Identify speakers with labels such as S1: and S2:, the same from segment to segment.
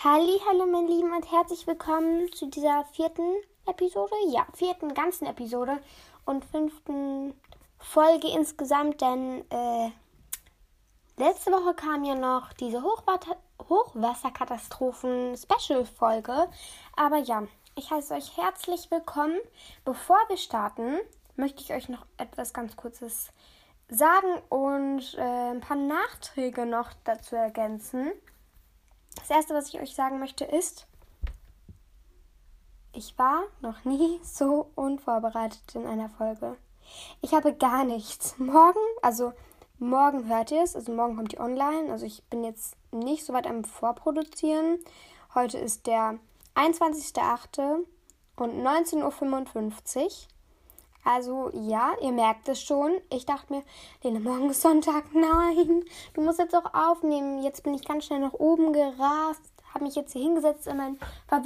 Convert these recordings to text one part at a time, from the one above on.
S1: Hallo meine Lieben und herzlich willkommen zu dieser vierten ganzen Episode und 5. Folge insgesamt, denn letzte Woche kam ja noch diese Hochwasserkatastrophen-Special-Folge, aber ja, ich heiße euch herzlich willkommen. Bevor wir starten, möchte ich euch noch etwas ganz Kurzes sagen und ein paar Nachträge noch dazu ergänzen. Das erste, was ich euch sagen möchte, ist, ich war noch nie so unvorbereitet in einer Folge. Ich habe gar nichts. Morgen hört ihr es, also morgen kommt die online. Also ich bin jetzt nicht so weit am Vorproduzieren. Heute ist der 21.08. und 19.55 Uhr. Also ja, ihr merkt es schon. Ich dachte mir, Lena, morgen ist Sonntag. Nein, du musst jetzt auch aufnehmen. Jetzt bin ich ganz schnell nach oben gerast, habe mich jetzt hier hingesetzt in mein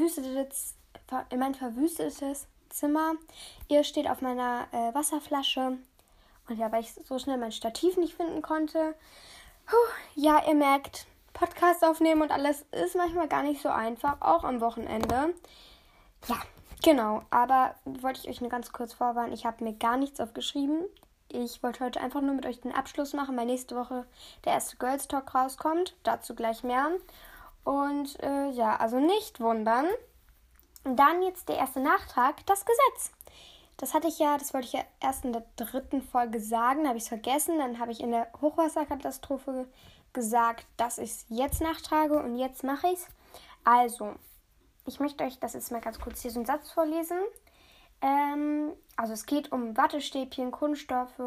S1: verwüstetes Zimmer. Ihr steht auf meiner Wasserflasche. Und ja, weil ich so schnell mein Stativ nicht finden konnte. Ja, ihr merkt, Podcast aufnehmen und alles ist manchmal gar nicht so einfach, auch am Wochenende. Ja. Genau, aber wollte ich euch nur ganz kurz vorwarnen, ich habe mir gar nichts aufgeschrieben. Ich wollte heute einfach nur mit euch den Abschluss machen, weil nächste Woche der erste Girls Talk rauskommt. Dazu gleich mehr. Und also nicht wundern. Dann jetzt der erste Nachtrag, das Gesetz. Das wollte ich ja erst in der 3. Folge sagen, da habe ich es vergessen. Dann habe ich in der Hochwasserkatastrophe gesagt, dass ich es jetzt nachtrage und jetzt mache ich es. Also, ich möchte euch das jetzt mal ganz kurz hier so einen Satz vorlesen. Also es geht um Wattestäbchen, Kunststoffe,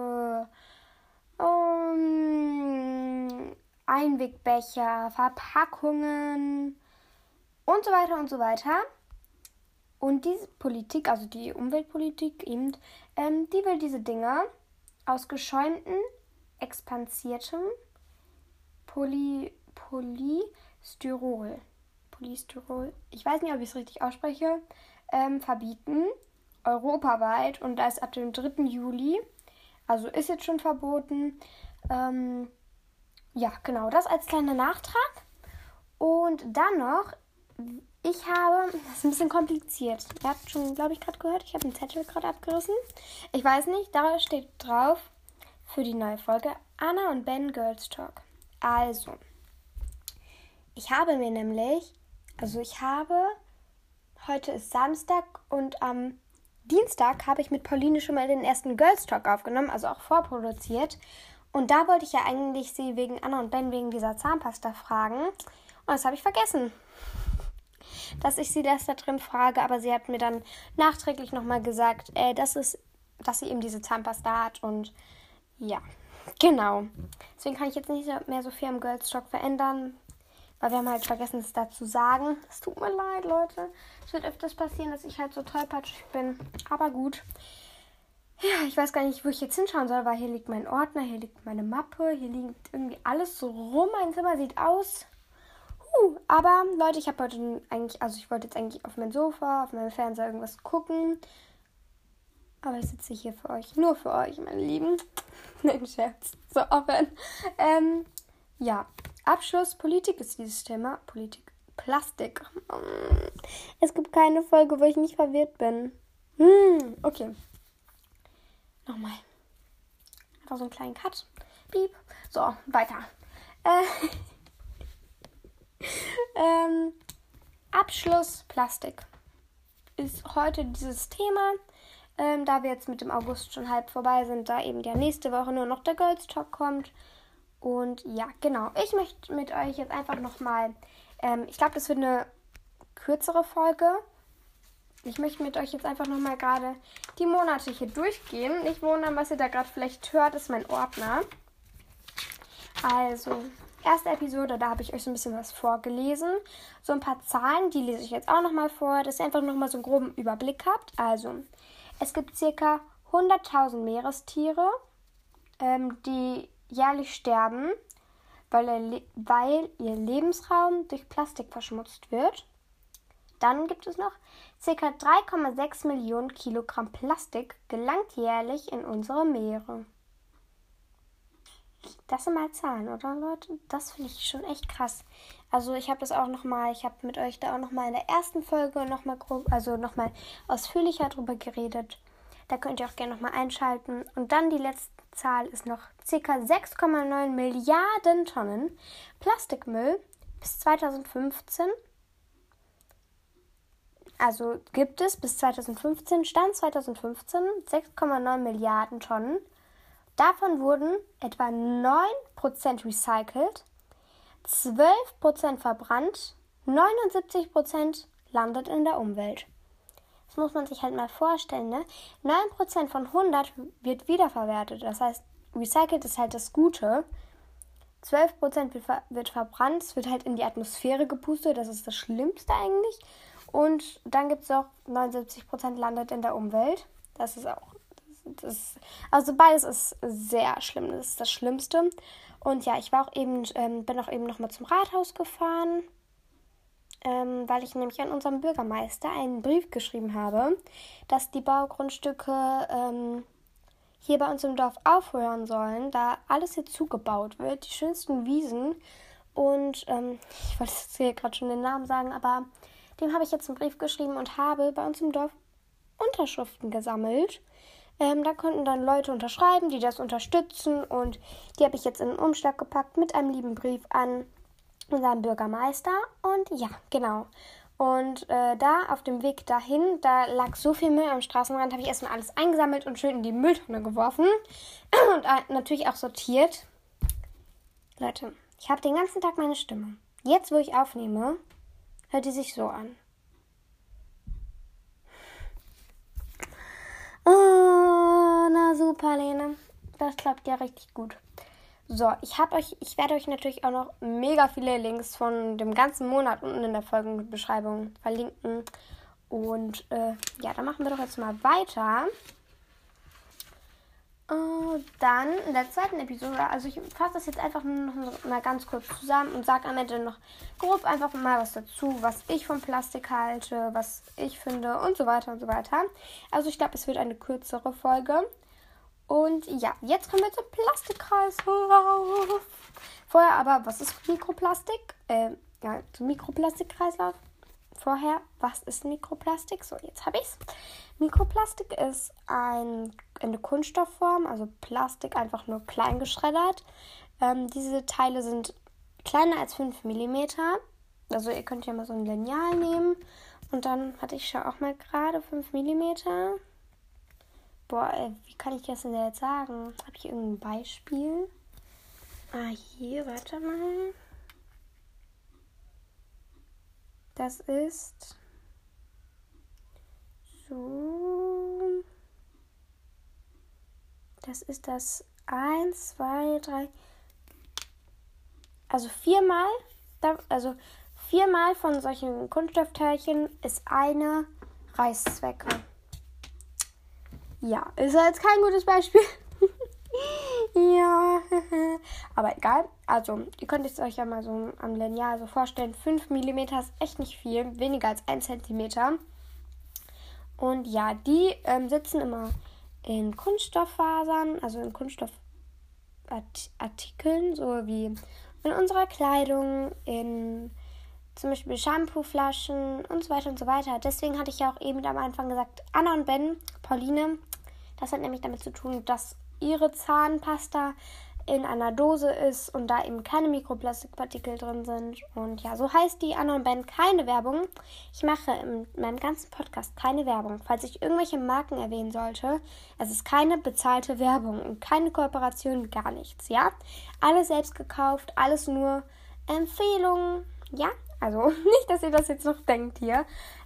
S1: Einwegbecher, Verpackungen und so weiter und so weiter. Und diese Politik, also die Umweltpolitik eben, die will diese Dinge aus geschäumtem, expansiertem Polystyrol, ich weiß nicht, ob ich es richtig ausspreche, verbieten, europaweit, und das ab dem 3. Juli, also ist jetzt schon verboten. Ja, genau, das als kleiner Nachtrag. Und dann noch, das ist ein bisschen kompliziert. Ihr habt schon, glaube ich, gerade gehört, ich habe einen Zettel gerade abgerissen. Ich weiß nicht, da steht drauf, für die neue Folge, Anna und Ben Girls Talk. Also, heute ist Samstag und am Dienstag habe ich mit Pauline schon mal den ersten Girls Talk aufgenommen, also auch vorproduziert. Und da wollte ich ja eigentlich sie wegen Anna und Ben wegen dieser Zahnpasta fragen. Und das habe ich vergessen, dass ich sie das da drin frage. Aber sie hat mir dann nachträglich nochmal gesagt, dass sie eben diese Zahnpasta hat. Und ja, genau. Deswegen kann ich jetzt nicht mehr so viel am Girls Talk verändern. Weil wir haben halt vergessen, es da zu sagen. Es tut mir leid, Leute. Es wird öfters passieren, dass ich halt so tollpatschig bin. Aber gut. Ja, ich weiß gar nicht, wo ich jetzt hinschauen soll, weil hier liegt mein Ordner, hier liegt meine Mappe, hier liegt irgendwie alles so rum. Mein Zimmer sieht aus. Aber Leute, ich wollte jetzt eigentlich auf mein Sofa, auf meinem Fernseher irgendwas gucken. Aber ich sitze hier für euch. Nur für euch, meine Lieben. Nein, Scherz. So offen. Ja. Abschluss, Politik ist dieses Thema. Politik, Plastik. Es gibt keine Folge, wo ich nicht verwirrt bin. Okay. Nochmal. Einfach so einen kleinen Cut. Piep. So, weiter. Abschluss, Plastik. Ist heute dieses Thema. Da wir jetzt mit dem August schon halb vorbei sind, da eben ja nächste Woche nur noch der Girls Talk kommt. Und ja, genau. Ich möchte mit euch jetzt einfach nochmal, ich glaube, das wird eine kürzere Folge. Ich möchte mit euch jetzt einfach nochmal gerade die Monate hier durchgehen. Nicht wundern, was ihr da gerade vielleicht hört, ist mein Ordner. Also, erste Episode, da habe ich euch so ein bisschen was vorgelesen. So ein paar Zahlen, die lese ich jetzt auch nochmal vor, dass ihr einfach nochmal so einen groben Überblick habt. Also, es gibt ca. 100.000 Meerestiere, die jährlich sterben, weil ihr Lebensraum durch Plastik verschmutzt wird. Dann gibt es noch ca. 3,6 Millionen Kilogramm Plastik gelangt jährlich in unsere Meere. Das sind mal Zahlen, oder Leute? Das finde ich schon echt krass. Also ich habe mit euch da auch nochmal in der ersten Folge nochmal nochmal ausführlicher drüber geredet. Da könnt ihr auch gerne nochmal einschalten. Und dann die letzte Zahl ist noch ca. 6,9 Milliarden Tonnen Plastikmüll bis 2015. Also gibt es bis 2015, Stand 2015, 6,9 Milliarden Tonnen. Davon wurden etwa 9% recycelt, 12% verbrannt, 79% landet in der Umwelt. Das muss man sich halt mal vorstellen, ne? 9% von 100 wird wiederverwertet. Das heißt, recycelt ist halt das Gute. 12% wird verbrannt, es wird halt in die Atmosphäre gepustet. Das ist das Schlimmste eigentlich. Und dann gibt es auch 79% landet in der Umwelt. Das ist auch... Also beides ist sehr schlimm. Das ist das Schlimmste. Und ja, bin auch eben nochmal zum Rathaus gefahren, weil ich nämlich an unserem Bürgermeister einen Brief geschrieben habe, dass die Baugrundstücke hier bei uns im Dorf aufhören sollen, da alles hier zugebaut wird, die schönsten Wiesen. Und ich wollte jetzt hier gerade schon den Namen sagen, aber dem habe ich jetzt einen Brief geschrieben und habe bei uns im Dorf Unterschriften gesammelt. Da konnten dann Leute unterschreiben, die das unterstützen, und die habe ich jetzt in einen Umschlag gepackt mit einem lieben Brief an unseren Bürgermeister. Und ja, genau. Und da auf dem Weg dahin, da lag so viel Müll am Straßenrand, habe ich erstmal alles eingesammelt und schön in die Mülltonne geworfen und natürlich auch sortiert. Leute, ich habe den ganzen Tag meine Stimme. Jetzt, wo ich aufnehme, hört die sich so an. Oh, na super, Lene. Das klappt ja richtig gut. So, ich werde euch natürlich auch noch mega viele Links von dem ganzen Monat unten in der Folgenbeschreibung verlinken. Und ja, dann machen wir doch jetzt mal weiter. Dann in der zweiten Episode, also ich fasse das jetzt einfach nur noch mal ganz kurz zusammen und sage am Ende noch grob einfach mal was dazu, was ich von Plastik halte, was ich finde und so weiter und so weiter. Also ich glaube, es wird eine kürzere Folge. Und ja, jetzt kommen wir zum Plastikkreislauf. Vorher aber, was ist Mikroplastik? Ja, zum Mikroplastikkreislauf. Vorher, was ist Mikroplastik? So, jetzt habe ich es. Mikroplastik ist eine Kunststoffform, also Plastik einfach nur klein geschreddert. Diese Teile sind kleiner als 5 mm. Also ihr könnt ja mal so ein Lineal nehmen. Und dann hatte ich schon auch mal gerade 5 mm. Boah, wie kann ich das denn jetzt sagen? Habe ich irgendein Beispiel? Hier, warte mal. Das ist so. Das ist das 1, 2, 3. Also viermal von solchen Kunststoffteilchen ist eine Reißzwecke. Ja, ist ja jetzt kein gutes Beispiel. Ja, aber egal. Also, ihr könnt es euch ja mal so am Lineal so vorstellen. 5 mm ist echt nicht viel, weniger als 1 cm. Und ja, die sitzen immer in Kunststofffasern, also in Kunststoffartikeln, so wie in unserer Kleidung, in zum Beispiel Shampooflaschen und so weiter und so weiter. Deswegen hatte ich ja auch eben am Anfang gesagt, Anna und Ben, Pauline, das hat nämlich damit zu tun, dass ihre Zahnpasta in einer Dose ist und da eben keine Mikroplastikpartikel drin sind. Und ja, so heißt die Anna und Ben, keine Werbung. Ich mache in meinem ganzen Podcast keine Werbung. Falls ich irgendwelche Marken erwähnen sollte, es ist keine bezahlte Werbung und keine Kooperation, gar nichts, ja? Alles selbst gekauft, alles nur Empfehlungen, ja? Also nicht, dass ihr das jetzt noch denkt hier.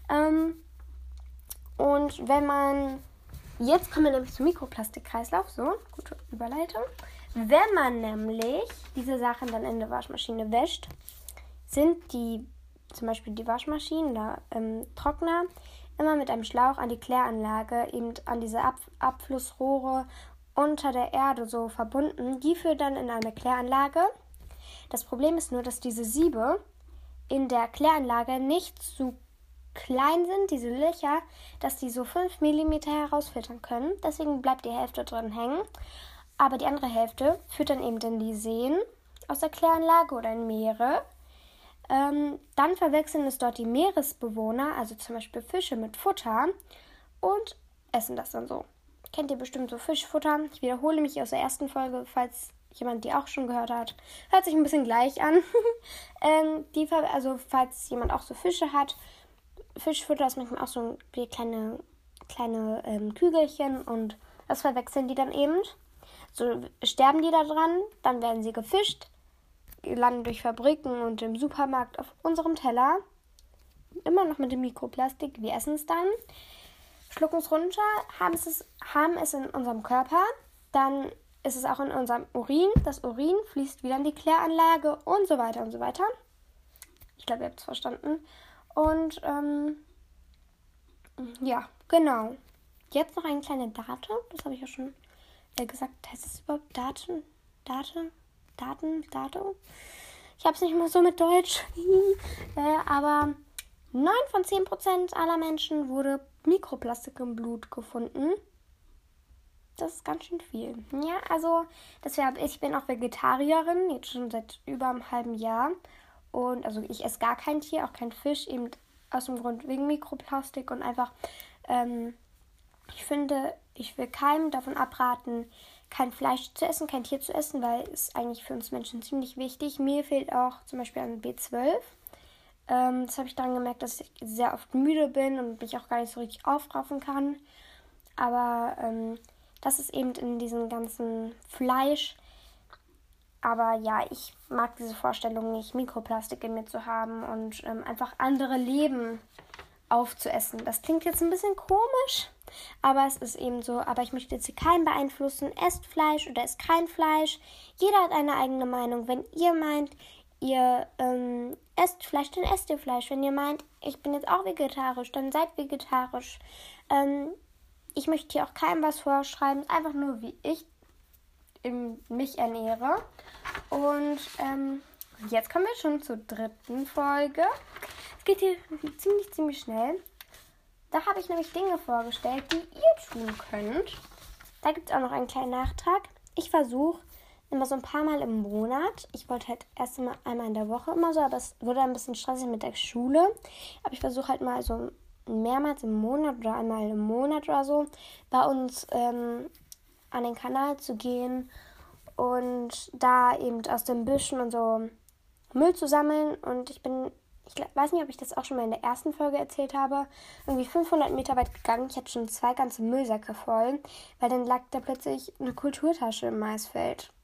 S1: Und wenn man... Jetzt kommen wir nämlich zum Mikroplastikkreislauf. So, gute Überleitung. Wenn man nämlich diese Sachen dann in der Waschmaschine wäscht, sind zum Beispiel die Waschmaschinen oder Trockner immer mit einem Schlauch an die Kläranlage, eben an diese Abflussrohre unter der Erde so verbunden. Die führen dann in eine Kläranlage. Das Problem ist nur, dass diese Siebe in der Kläranlage nicht zu klein sind, diese Löcher, dass die so 5 mm herausfiltern können. Deswegen bleibt die Hälfte drin hängen. Aber die andere Hälfte führt dann eben in die Seen aus der Kläranlage oder in Meere. Dann verwechseln es dort die Meeresbewohner, also zum Beispiel Fische, mit Futter und essen das dann so. Kennt ihr bestimmt so Fischfutter? Ich wiederhole mich aus der ersten Folge, falls jemand die auch schon gehört hat. Hört sich ein bisschen gleich an. Also falls jemand auch so Fische hat, Fischfutter ist manchmal auch so wie kleine Kügelchen und das verwechseln die dann eben. So sterben die da dran, dann werden sie gefischt, landen durch Fabriken und im Supermarkt auf unserem Teller. Immer noch mit dem Mikroplastik. Wir essen es dann, schlucken es runter, haben es in unserem Körper. Dann ist es auch in unserem Urin. Das Urin fließt wieder in die Kläranlage und so weiter und so weiter. Ich glaube, ihr habt es verstanden. Und ja, genau. Jetzt noch eine kleine Datum. Das habe ich ja schon gesagt. Heißt es überhaupt Datum? Ich habe es nicht mal so mit Deutsch. Aber 9 von 10% aller Menschen wurde Mikroplastik im Blut gefunden. Das ist ganz schön viel. Ja, also ich bin auch Vegetarierin, jetzt schon seit über einem halben Jahr. Und also ich esse gar kein Tier, auch kein Fisch, eben aus dem Grund wegen Mikroplastik und einfach, ich finde, ich will keinem davon abraten, kein Fleisch zu essen, kein Tier zu essen, weil es eigentlich für uns Menschen ziemlich wichtig. Mir fehlt auch zum Beispiel an B12. Das habe ich daran gemerkt, dass ich sehr oft müde bin und mich auch gar nicht so richtig aufraffen kann. Aber das ist eben in diesem ganzen Fleisch. Aber ja, ich mag diese Vorstellung nicht, Mikroplastik in mir zu haben und einfach andere Leben aufzuessen. Das klingt jetzt ein bisschen komisch, aber es ist eben so. Aber ich möchte jetzt hier keinen beeinflussen. Esst Fleisch oder esst kein Fleisch. Jeder hat eine eigene Meinung. Wenn ihr meint, ihr esst Fleisch, dann esst ihr Fleisch. Wenn ihr meint, ich bin jetzt auch vegetarisch, dann seid vegetarisch. Ich möchte hier auch keinem was vorschreiben. Einfach nur, wie ich mich ernähre. Und jetzt kommen wir schon zur 3. Folge. Es geht hier ziemlich schnell. Da habe ich nämlich Dinge vorgestellt, die ihr tun könnt. Da gibt es auch noch einen kleinen Nachtrag. Ich versuche immer so ein paar Mal im Monat. Ich wollte halt erst einmal in der Woche immer so, aber es wurde ein bisschen stressig mit der Schule. Aber ich versuche halt mal so mehrmals im Monat oder einmal im Monat oder so bei uns an den Kanal zu gehen und da eben aus den Büschen und so Müll zu sammeln. Und ich weiß nicht, ob ich das auch schon mal in der ersten Folge erzählt habe, irgendwie 500 Meter weit gegangen. Ich hatte schon 2 ganze Müllsäcke voll, weil dann lag da plötzlich eine Kulturtasche im Maisfeld.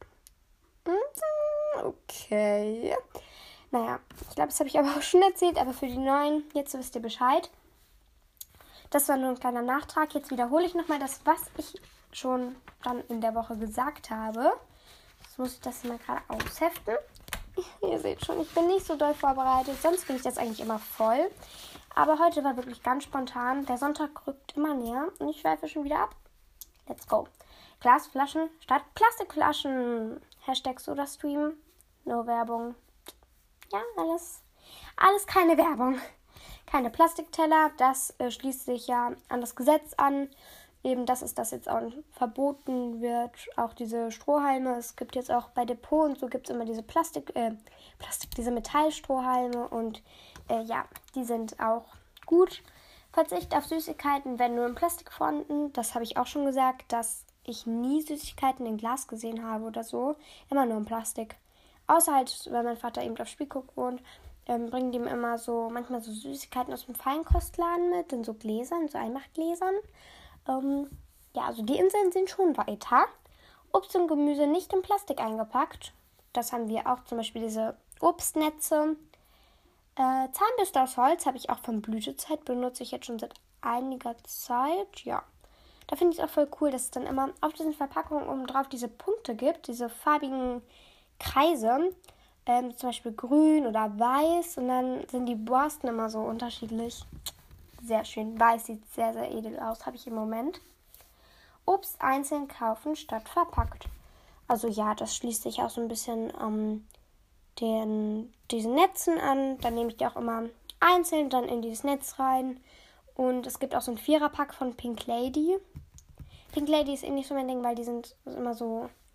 S1: Okay. Naja, ich glaube, das habe ich aber auch schon erzählt, aber für die Neuen, jetzt wisst ihr Bescheid. Das war nur ein kleiner Nachtrag. Jetzt wiederhole ich nochmal das, was ich schon dann in der Woche gesagt habe. Jetzt muss ich das mal gerade ausheften. Ihr seht schon, ich bin nicht so doll vorbereitet. Sonst bin ich das eigentlich immer voll. Aber heute war wirklich ganz spontan. Der Sonntag rückt immer näher und ich schweife schon wieder ab. Let's go. Glasflaschen statt Plastikflaschen. Hashtag SodaStream. No Werbung. Ja, alles keine Werbung. Keine Plastikteller. Das schließt sich ja an das Gesetz an. Eben, dass es das jetzt auch verboten wird. Auch diese Strohhalme. Es gibt jetzt auch bei Depot und so gibt es immer diese diese Metallstrohhalme. Und ja, die sind auch gut. Verzicht auf Süßigkeiten, wenn nur in Plastik vorhanden. Das habe ich auch schon gesagt, dass ich nie Süßigkeiten in Glas gesehen habe oder so. Immer nur in Plastik. Außer halt, wenn mein Vater eben auf Spielguck wohnt, bringen die ihm immer so, manchmal so Süßigkeiten aus dem Feinkostladen mit, in so Gläsern, so Einmachgläsern. Ja, also die Inseln sind schon weiter. Obst und Gemüse nicht in Plastik eingepackt. Das haben wir auch, zum Beispiel diese Obstnetze. Zahnbürste aus Holz habe ich auch von Blütezeit, benutze ich jetzt schon seit einiger Zeit. Ja, da finde ich es auch voll cool, dass es dann immer auf diesen Verpackungen oben drauf diese Punkte gibt, diese farbigen Kreise, zum Beispiel grün oder weiß, und dann sind die Borsten immer so unterschiedlich. Sehr schön. Weiß sieht sehr, sehr edel aus, habe ich im Moment. Obst einzeln kaufen statt verpackt. Also ja, das schließt sich auch so ein bisschen diesen Netzen an. Dann nehme ich die auch immer einzeln dann in dieses Netz rein. Und es gibt auch so ein 4er-Pack von Pink Lady. Pink Lady ist eh nicht so mein Ding, weil die sind immer so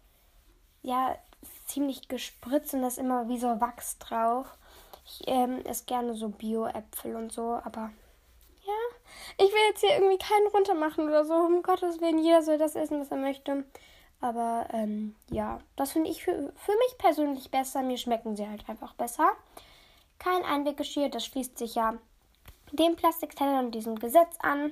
S1: ja, ziemlich gespritzt und da ist immer wie so Wachs drauf. Ich esse gerne so Bio-Äpfel und so, aber ja, ich will jetzt hier irgendwie keinen runtermachen oder so. Um Gottes Willen, jeder soll das essen, was er möchte. Aber ja, das finde ich für mich persönlich besser. Mir schmecken sie halt einfach besser. Kein Einweggeschirr, das schließt sich ja dem Plastikteller und diesem Gesetz an.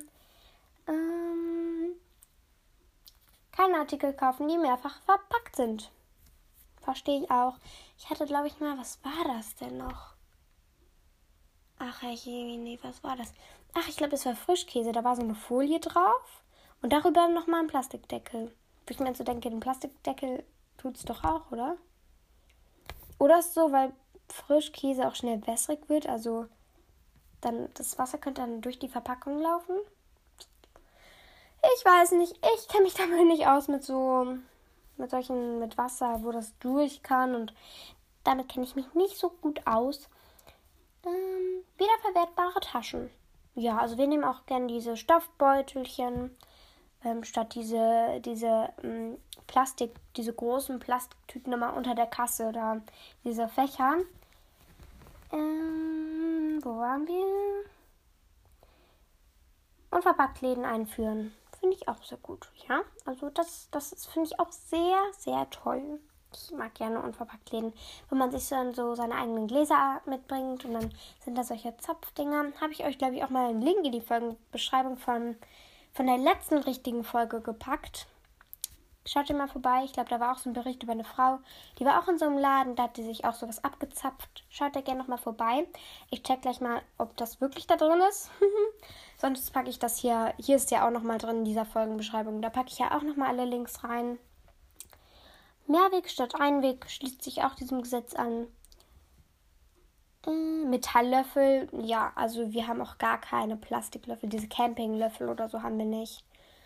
S1: Keine Artikel kaufen, die mehrfach verpackt sind. Verstehe ich auch. Ich hatte, glaube ich, mal, was war das denn noch? Ach, nee, was war das? Ach, ich glaube, es war Frischkäse. Da war so eine Folie drauf und darüber nochmal ein Plastikdeckel. Wo ich mir so denke, den Plastikdeckel tut's doch auch, oder? Oder ist es so, weil Frischkäse auch schnell wässrig wird, also dann das Wasser könnte dann durch die Verpackung laufen? Ich weiß nicht. Ich kenne mich damit nicht aus mit Wasser, wo das durch kann und damit kenne ich mich nicht so gut aus. Wiederverwertbare Taschen. Ja, also wir nehmen auch gerne diese Stoffbeutelchen statt diese diese großen Plastiktüten immer unter der Kasse oder diese Fächer. Wo waren wir? Unverpacktläden einführen. Finde ich auch sehr gut, ja. Also das finde ich auch sehr, sehr toll. Ich mag gerne Unverpacktläden, wo man sich dann so seine eigenen Gläser mitbringt und dann sind da solche Zapfdinger. Habe ich euch, glaube ich, auch mal einen Link in die Folgenbeschreibung von der letzten richtigen Folge gepackt. Schaut ihr mal vorbei. Ich glaube, da war auch so ein Bericht über eine Frau. Die war auch in so einem Laden. Da hat die sich auch sowas abgezapft. Schaut da gerne nochmal vorbei. Ich check gleich mal, ob das wirklich da drin ist. Sonst packe ich das hier. Hier ist ja auch nochmal drin in dieser Folgenbeschreibung. Da packe ich ja auch nochmal alle Links rein. Mehrweg statt Einweg schließt sich auch diesem Gesetz an. Metalllöffel. Ja, also wir haben auch gar keine Plastiklöffel. Diese Campinglöffel oder so haben wir nicht.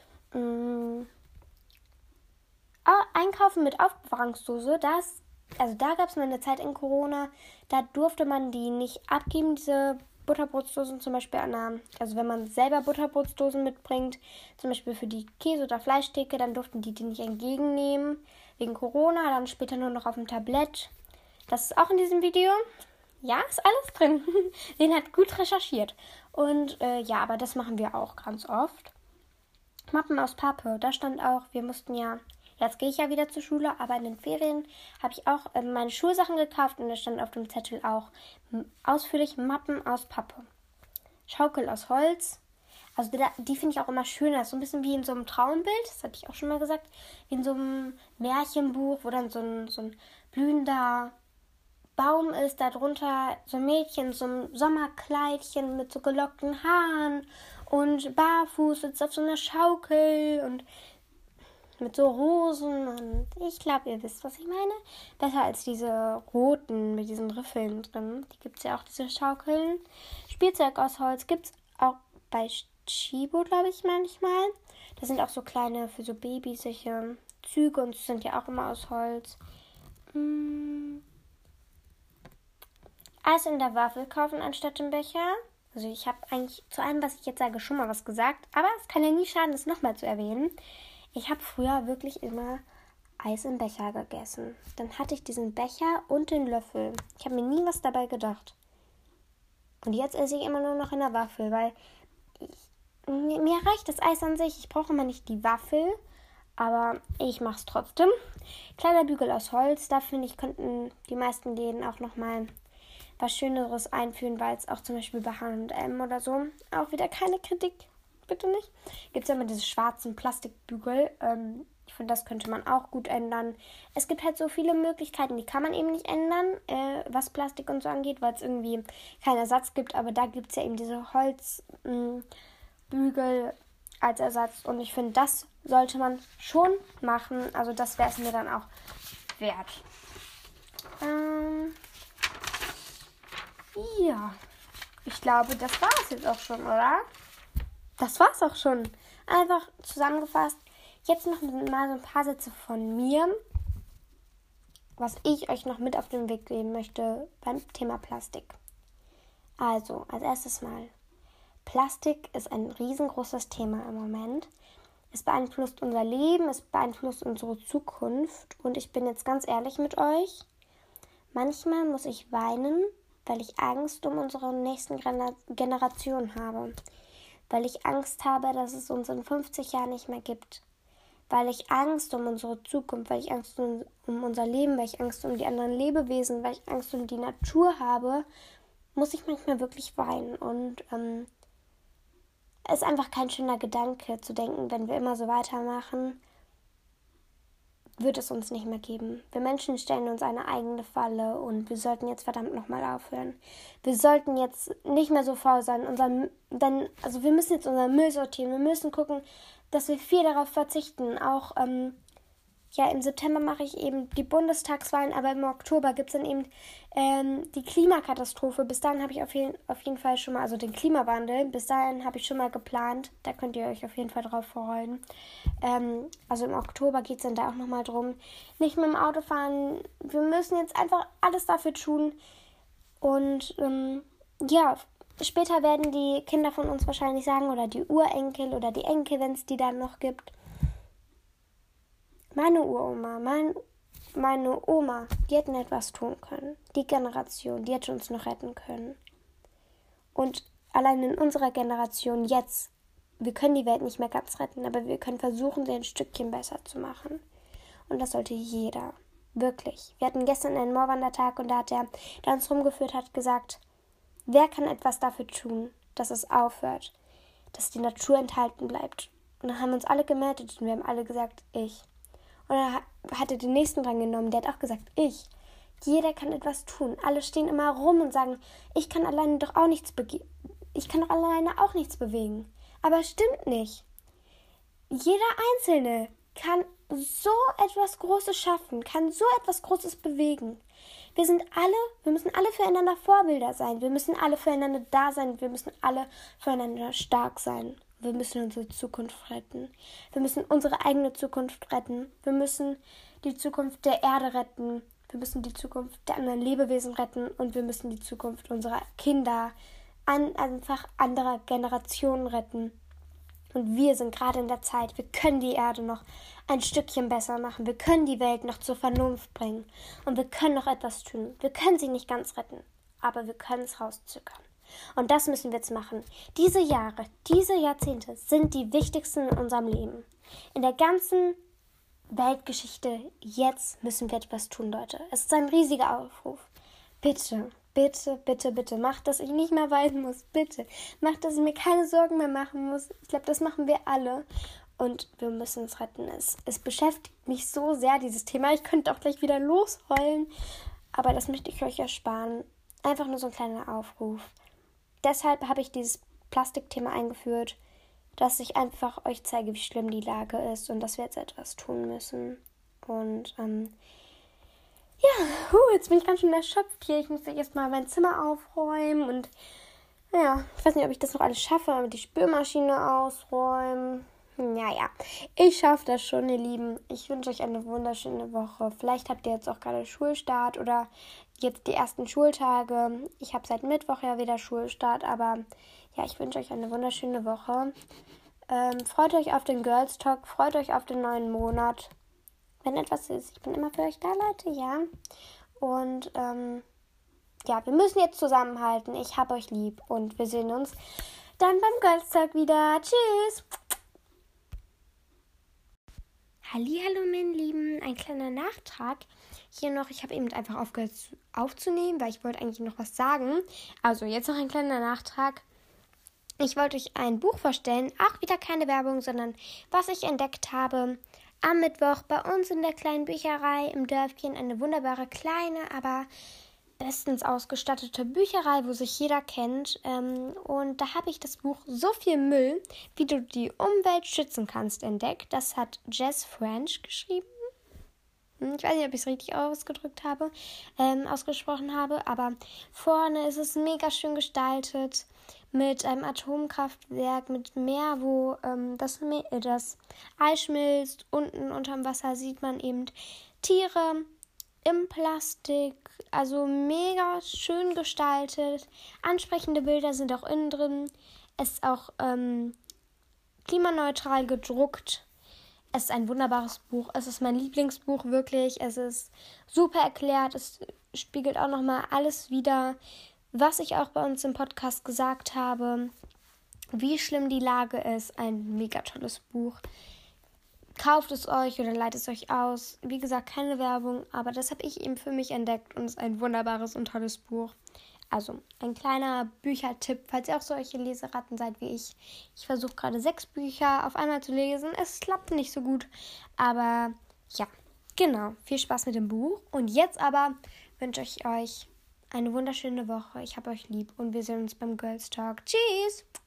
S1: Einkaufen mit Aufbewahrungsdose, da gab es mal eine Zeit in Corona, da durfte man die nicht abgeben, diese Butterbrotsdosen zum Beispiel also wenn man selber Butterbrotsdosen mitbringt, zum Beispiel für die Käse- oder Fleischtheke, dann durften die nicht entgegennehmen, wegen Corona, dann später nur noch auf dem Tablett. Das ist auch in diesem Video. Ja, ist alles drin. Den hat gut recherchiert. Und ja, aber das machen wir auch ganz oft. Mappen aus Pappe, da stand auch, wir mussten ja, jetzt gehe ich ja wieder zur Schule, aber in den Ferien habe ich auch meine Schulsachen gekauft und da stand auf dem Zettel auch ausführlich Mappen aus Pappe. Schaukel aus Holz. Also die finde ich auch immer schön. Das ist so ein bisschen wie in so einem Traumbild, das hatte ich auch schon mal gesagt, wie in so einem Märchenbuch, wo dann so ein blühender Baum ist, darunter so ein Mädchen, so ein Sommerkleidchen mit so gelockten Haaren und barfuß sitzt auf so einer Schaukel und mit so Rosen und ich glaube, ihr wisst, was ich meine. Besser als diese roten mit diesen Riffeln drin. Die gibt es ja auch, diese Schaukeln. Spielzeug aus Holz gibt es auch bei Chibo, glaube ich, manchmal. Da sind auch so kleine, für so Babys, solche Züge und sind ja auch immer aus Holz. Eis in der Waffel kaufen anstatt im Becher. Also ich habe eigentlich zu allem, was ich jetzt sage, schon mal was gesagt. Aber es kann ja nie schaden, das nochmal zu erwähnen. Ich habe früher wirklich immer Eis im Becher gegessen. Dann hatte ich diesen Becher und den Löffel. Ich habe mir nie was dabei gedacht. Und jetzt esse ich immer nur noch in der Waffel, weil mir reicht das Eis an sich. Ich brauche immer nicht die Waffel, aber ich mache es trotzdem. Kleiner Bügel aus Holz. Da finde ich, könnten die meisten Läden auch nochmal was Schöneres einführen, weil es auch zum Beispiel bei H&M oder so auch wieder keine Kritik. Bitte nicht. Gibt es ja immer diese schwarzen Plastikbügel. Ich finde, das könnte man auch gut ändern. Es gibt halt so viele Möglichkeiten, die kann man eben nicht ändern, was Plastik und so angeht, weil es irgendwie keinen Ersatz gibt. Aber da gibt es ja eben diese Holzbügel als Ersatz. Und ich finde, das sollte man schon machen. Also das wäre es mir dann auch wert. Ja, ich glaube, das war es jetzt auch schon, oder? Das war's auch schon. Einfach zusammengefasst. Jetzt noch mal so ein paar Sätze von mir, was ich euch noch mit auf den Weg geben möchte beim Thema Plastik. Also, als erstes mal. Plastik ist ein riesengroßes Thema im Moment. Es beeinflusst unser Leben, es beeinflusst unsere Zukunft. Und ich bin jetzt ganz ehrlich mit euch. Manchmal muss ich weinen, weil ich Angst um unsere nächsten Generationen habe. Weil ich Angst habe, dass es uns in 50 Jahren nicht mehr gibt. Weil ich Angst um unsere Zukunft, weil ich Angst um unser Leben, weil ich Angst um die anderen Lebewesen, weil ich Angst um die Natur habe, muss ich manchmal wirklich weinen. Und es ist einfach kein schöner Gedanke zu denken, wenn wir immer so weitermachen, wird es uns nicht mehr geben. Wir Menschen stellen uns eine eigene Falle und wir sollten jetzt verdammt nochmal aufhören. Wir sollten jetzt nicht mehr so faul sein. Wir müssen jetzt unseren Müll sortieren. Wir müssen gucken, dass wir viel darauf verzichten. Auch im September mache ich eben die Bundestagswahlen, aber im Oktober gibt es dann eben die Klimakatastrophe. Bis dahin habe ich auf jeden Fall schon mal, also den Klimawandel, bis dahin habe ich schon mal geplant. Da könnt ihr euch auf jeden Fall drauf freuen. Also im Oktober geht es dann da auch nochmal drum. Nicht mit dem Auto fahren. Wir müssen jetzt einfach alles dafür tun. Und später werden die Kinder von uns wahrscheinlich sagen, oder die Urenkel oder die Enkel, wenn es die dann noch gibt. Meine Uroma, meine Oma, die hätten etwas tun können. Die Generation, die hätte uns noch retten können. Und allein in unserer Generation jetzt, wir können die Welt nicht mehr ganz retten, aber wir können versuchen, sie ein Stückchen besser zu machen. Und das sollte jeder. Wirklich. Wir hatten gestern einen Moorwandertag und da hat der uns rumgeführt hat, gesagt, wer kann etwas dafür tun, dass es aufhört, dass die Natur enthalten bleibt. Und dann haben wir uns alle gemeldet und wir haben alle gesagt, ich. Und dann hat er den nächsten dran genommen, der hat auch gesagt, ich. Jeder kann etwas tun. Alle stehen immer rum und sagen, ich kann alleine doch auch nichts bewegen. Aber es stimmt nicht. Jeder Einzelne kann so etwas Großes schaffen, kann so etwas Großes bewegen. Wir müssen alle füreinander Vorbilder sein. Wir müssen alle füreinander da sein. Wir müssen alle füreinander stark sein. Wir müssen unsere Zukunft retten. Wir müssen unsere eigene Zukunft retten. Wir müssen die Zukunft der Erde retten. Wir müssen die Zukunft der anderen Lebewesen retten. Und wir müssen die Zukunft unserer Kinder, einfach anderer Generationen retten. Und wir sind gerade in der Zeit, wir können die Erde noch ein Stückchen besser machen. Wir können die Welt noch zur Vernunft bringen. Und wir können noch etwas tun. Wir können sie nicht ganz retten, aber wir können es rauszögern. Und das müssen wir jetzt machen. Diese Jahre, diese Jahrzehnte sind die wichtigsten in unserem Leben. In der ganzen Weltgeschichte, jetzt müssen wir etwas tun, Leute. Es ist ein riesiger Aufruf. Bitte, bitte, bitte, bitte, macht, dass ich nicht mehr weinen muss. Bitte, macht, dass ich mir keine Sorgen mehr machen muss. Ich glaube, das machen wir alle. Und wir müssen es retten. Es beschäftigt mich so sehr, dieses Thema. Ich könnte auch gleich wieder losheulen. Aber das möchte ich euch ersparen. Einfach nur so ein kleiner Aufruf. Deshalb habe ich dieses Plastikthema eingeführt, dass ich einfach euch zeige, wie schlimm die Lage ist und dass wir jetzt etwas tun müssen. Und jetzt bin ich ganz schön erschöpft hier. Ich muss jetzt mal mein Zimmer aufräumen und ich weiß nicht, ob ich das noch alles schaffe, aber die Spülmaschine ausräumen. Naja, ich schaffe das schon, ihr Lieben. Ich wünsche euch eine wunderschöne Woche. Vielleicht habt ihr jetzt auch gerade Schulstart oder jetzt die ersten Schultage. Ich habe seit Mittwoch ja wieder Schulstart, aber ja, ich wünsche euch eine wunderschöne Woche. Freut euch auf den Girls Talk, freut euch auf den neuen Monat. Wenn etwas ist, ich bin immer für euch da, Leute, ja. Und wir müssen jetzt zusammenhalten. Ich hab euch lieb und wir sehen uns dann beim Girls Talk wieder. Tschüss! Hallihallo, meine Lieben, ein kleiner Nachtrag. Hier noch, ich habe eben einfach aufgehört aufzunehmen, weil ich wollte eigentlich noch was sagen. Also jetzt noch ein kleiner Nachtrag. Ich wollte euch ein Buch vorstellen, auch wieder keine Werbung, sondern was ich entdeckt habe am Mittwoch bei uns in der kleinen Bücherei im Dörfchen. Eine wunderbare kleine, aber bestens ausgestattete Bücherei, wo sich jeder kennt. Und da habe ich das Buch So viel Müll, wie du die Umwelt schützen kannst, entdeckt. Das hat Jess French geschrieben. Ich weiß nicht, ob ich es richtig ausgesprochen habe, aber vorne ist es mega schön gestaltet mit einem Atomkraftwerk, mit Meer, wo das Eis schmilzt. Unten unterm Wasser sieht man eben Tiere im Plastik, also mega schön gestaltet. Ansprechende Bilder sind auch innen drin. Es ist auch klimaneutral gedruckt. Es ist ein wunderbares Buch. Es ist mein Lieblingsbuch, wirklich. Es ist super erklärt. Es spiegelt auch nochmal alles wider, was ich auch bei uns im Podcast gesagt habe. Wie schlimm die Lage ist. Ein mega tolles Buch. Kauft es euch oder leitet es euch aus. Wie gesagt, keine Werbung, aber das habe ich eben für mich entdeckt und es ist ein wunderbares und tolles Buch. Also ein kleiner Büchertipp, falls ihr auch solche Leseratten seid wie ich. Ich versuche gerade 6 Bücher auf einmal zu lesen. Es klappt nicht so gut, aber ja, genau. Viel Spaß mit dem Buch. Und jetzt aber wünsche ich euch eine wunderschöne Woche. Ich habe euch lieb und wir sehen uns beim Girls Talk. Tschüss!